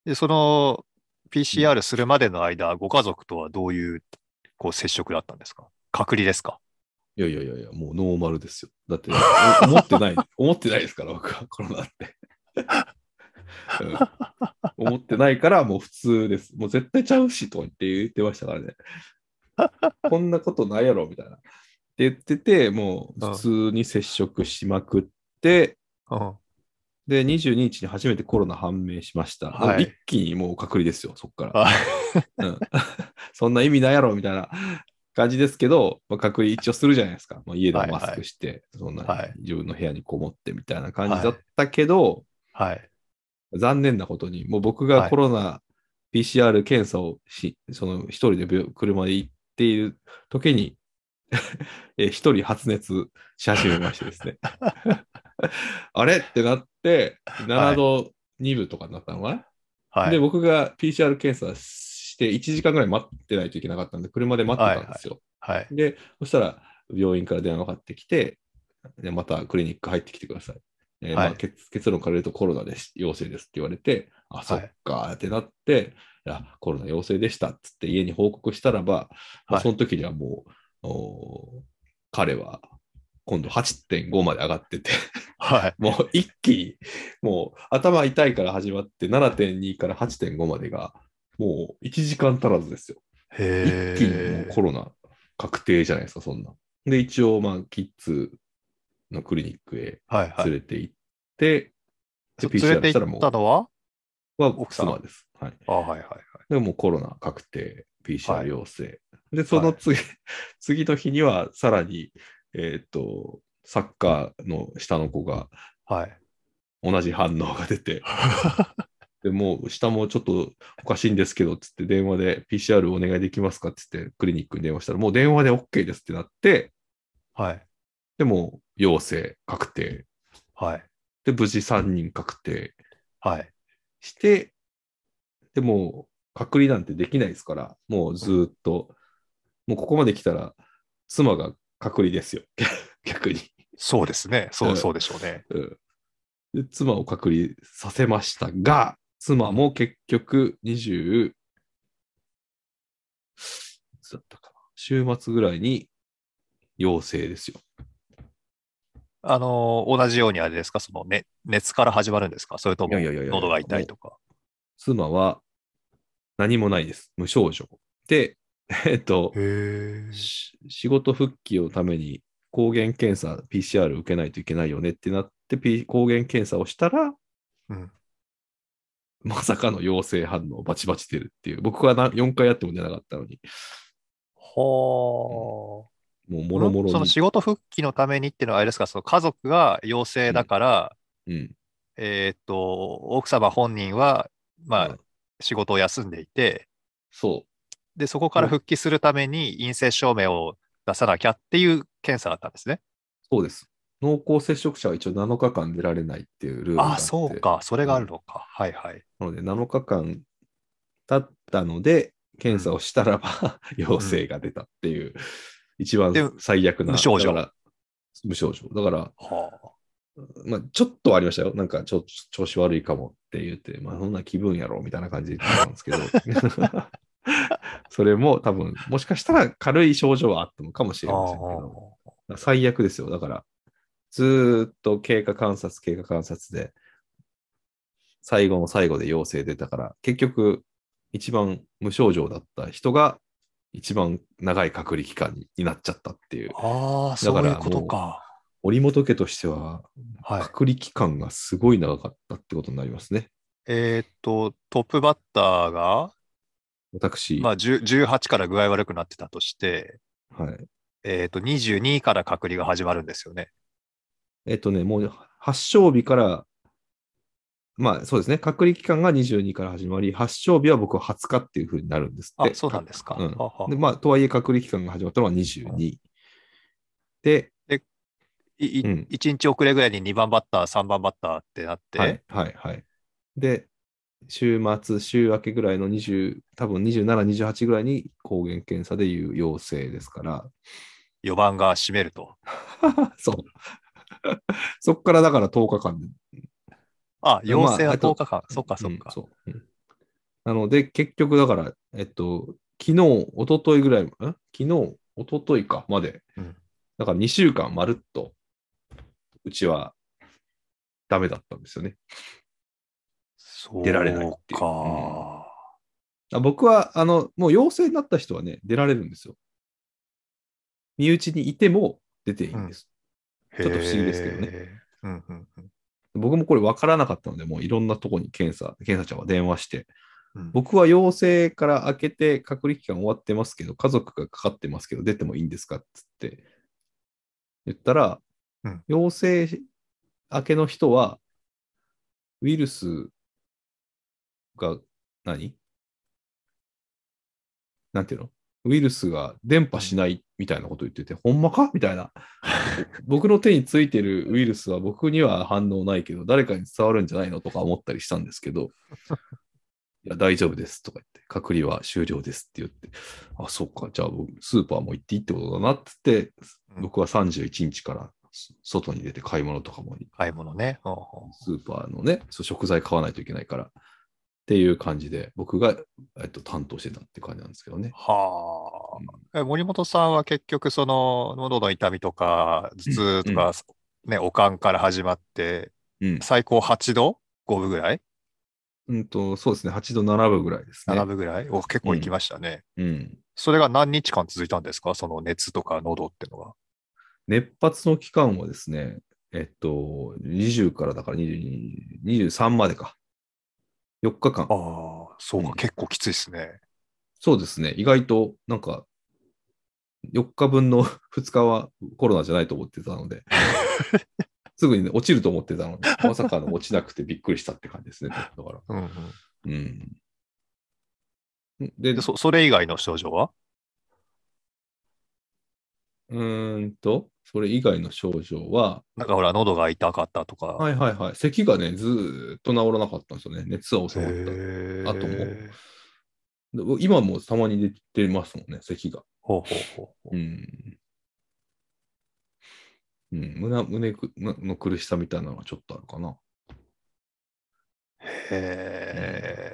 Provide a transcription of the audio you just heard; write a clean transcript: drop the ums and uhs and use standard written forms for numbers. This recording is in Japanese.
で、そのうん。 PCR するまでの間、ご家族とはどういう接触だったんですか？隔離ですか？ いやいやいやいや、もうノーマルですよ。だって思ってないですから、僕はコロナって。うん。思ってないから、もう普通です。もう絶対ちゃうしとか言ってましたからね。こんなことないやろ、みたいな。って言ってて、もう普うん。 通に接触しまくって、 うん。 で、22日にちに初めてコロナ判明しました。でもはい。 一気にもう隔離ですよ、そこから。 はうん。そんな意味ないやろ、みたいな感じですけど、まあ、隔離一応するじゃないですか。まあ、家い。 でもマスはい。 クして、そんなはい。 自分の部屋にこもってみたいな感じはい。 だったけど、 はい。 残念なことに、もう僕がはい。 コロナ PCR 検査をその一人で車で行っている時に、一人発熱し始めましてですね。あれってなって、7 はい。 度2分とかになったのかな。で、 はい。 僕が PCR 検査して1時間ぐらい待ってないといけなかったんで、車で待ってはい。はい。 たんですよ。 はい。 で、そしたら病院から電話がかかってきて、でまたクリニック入ってきてください。まあ、 はい。 結論から言うとコロナです、陽性ですって言われて、あ、そっはい。 かってなって、いや、コロナ陽性でしたっつって家に報告したらば、もうはい。 その時にはもう、彼は今度8.5まで上がってて、 はい。 もう一気に、もう頭痛いから始まって7.2から8.5までが、もう1時間足らずですよ。 へ一気にもうコえ。 ロナ確定じゃないですか、そんな。で、一応、まあ、キッズのクリニックへはい。はい。 連れて行って、で、 連れ PCR て行っしたらもたのはう、は奥さん？ 妻です。はい。 あ、はい。はい。 でもうコロナ確定、PCR はい。 陽性。で、そはい。 の次の日には、さらに、サッカーの下の子がはい。 同じ反応が出て、でもう下もちょっとおかしいんですけど、つって電話で PCR お願いできますかっつってクリニックに電話したら、もう電話で OK ですってなって、 はい。 でも陽性確定。 はい。 で、無事3人確定はい。 して、でも隔離なんてできないですから、もううん。 ずっと、もうここまで来たら、妻が隔離ですよ。逆に。 そうですね。 うそうんでしょうね。 うんで妻を隔離させましたが、妻うん。 も結局20、いつだったかな。週末ぐらいに陽性ですよ。 同じようにあれですか、熱から始まるんですか？それといやいも、 やいやいやいや、 喉が痛いもうとか。 妻は何もないです。無症状。で、えっと、 へえ。 仕事復帰のために抗原検査、PCR 受けないといけないよねってなって、抗原検査をしたら、 うん。 まさかの陽性反応バチバチ出るっていう。僕は4回やっても出なかったのに、うん、 はもうもろあ。 もろに、 その仕事復帰のためにっていうのはあれですか、その家族が陽性だうん、 から、 うん、 奥様本人は、まあ、 うん、 仕事を休んでいて、 そで、そこかう。もうら復帰するために陰性証明を出さなきゃっていう検査だったんですね。 そうです。濃厚接触者は一応7日間出られないっていうルールあ、 があって、 そうか。それがあるうん。 のか。はいはい。 なので7日間経ったので、 うん。 検査をしたらば陽うん。 性が出たっていう、一番で、 最悪な、 無症状。 だから無症状。だから、 はあ。 まあ、ちょっとはありましたよ。なんか調子悪いかもって言って、まあ、そんな気分やろみたいな感じで言ってたんですけど、それも多分、もしかしたら軽い症状はあったのかもしあれませんけど、 あ。 最悪ですよ。だから、ずーっと経過観察で、最後の最後で陽性出たから、結局、一番無症状だった人が、一番長い隔離期間になっちゃったっていう。 ああ、 だかそういうことらもう、 か。 森本家としては、 はい。 隔離期間がすごい長かったってことになりますね。 トップバッターが、ま私、 あ、18から具合悪くなってたとして、 はい。 22から隔離が始まるんですよね。 もう発症日から、まあそうですね、隔離期間が22から始まり、発症日は僕は20日っていう風になるんですっあ、 て。 そうなんですか。 うん。 ははで、まあ、 は。 とはいえ隔離期間が始まったのは22。で、 で、 うん。 1日遅れぐらいに2番バッター、3番バッターってなって、 はい、はい、はい。で、週明けぐらいの20、多分27、28ぐらいに抗原検査でいう陽性ですから、 4番が占めると。 そう。そこからだから10日間で。 あ、陽性はまあ、あ 10 と、 日間。そっかうん、 そっか。 そう。うんなので、結局だから、昨日、一昨日ぐらい、昨日、一昨日か、まで。 うん。 だから2週間まるっと、うちはダメだったんですよね。出られないっそうていう。うん。 か。 僕は、もう陽性になった人はね、出られるんですよ。身内にいても出ていいうん。 んです。 へちょっと不思議ですけどね。 え。うんうんうん。 僕もこれ分からなかったので、もういろんなとこに検査庁が電話して、 うん。 僕は陽性から明けて隔離期間終わってますけど、家族がかかってますけど、出てもいいんですかっつって言ったら、 うん。 陽性明けの人は、ウイルスが何なんていうのウイルスが伝播しないみたいなことを言ってて、ほんまかみたいな。僕の手についてるウイルスは僕には反応ないけど、誰かに伝わるんじゃないのとか思ったりしたんですけど、いや、大丈夫ですとか言って、隔離は終了ですって言って、あ、そうか、じゃあ僕、スーパーも行っていいってことだなって言って、 うん。 僕は31日から外に出て買い物とかも、 買い物ね。ほうほスーパーのね、食材買わないといけないからっていう感じで、僕が、担当してたっていう感じなんですけどね。 はうんあ。森本さんは結局その喉の痛みとか頭痛うん。 とかね、悪寒から始まってうん。 最高8度 ?5 分ぐらい？ そうですね。8度7分ぐらいですね。 7 分ぐらい結構行きうん。 ましたね。 うん。 それが何日間続いたんですか？その熱とか喉ってのが。 熱発の期間はですね、20からだから22、23までか。4日間。 ああ、そうか、 うん。 結構きついですね。 そうですね。意外と、なんか、4日分の2日はコロナじゃないと思ってたので、すぐにね、落ちると思ってたので、まさかの落ちなくてびっくりしたって感じですね。だから。 うんうん。 うん。 で、 で、 それ以外の症状は？ それ以外の症状は、 なんかほら、喉が痛かったとか。 はいはいはい。咳がね、ずーっと治らなかったんですよね。熱はへ収まった後も。 え。 で今もたまに出てますもんね、咳が。 ほうほうほうほうん。うん、胸の苦しさみたいなのはちょっとあるかな。 う。へうん。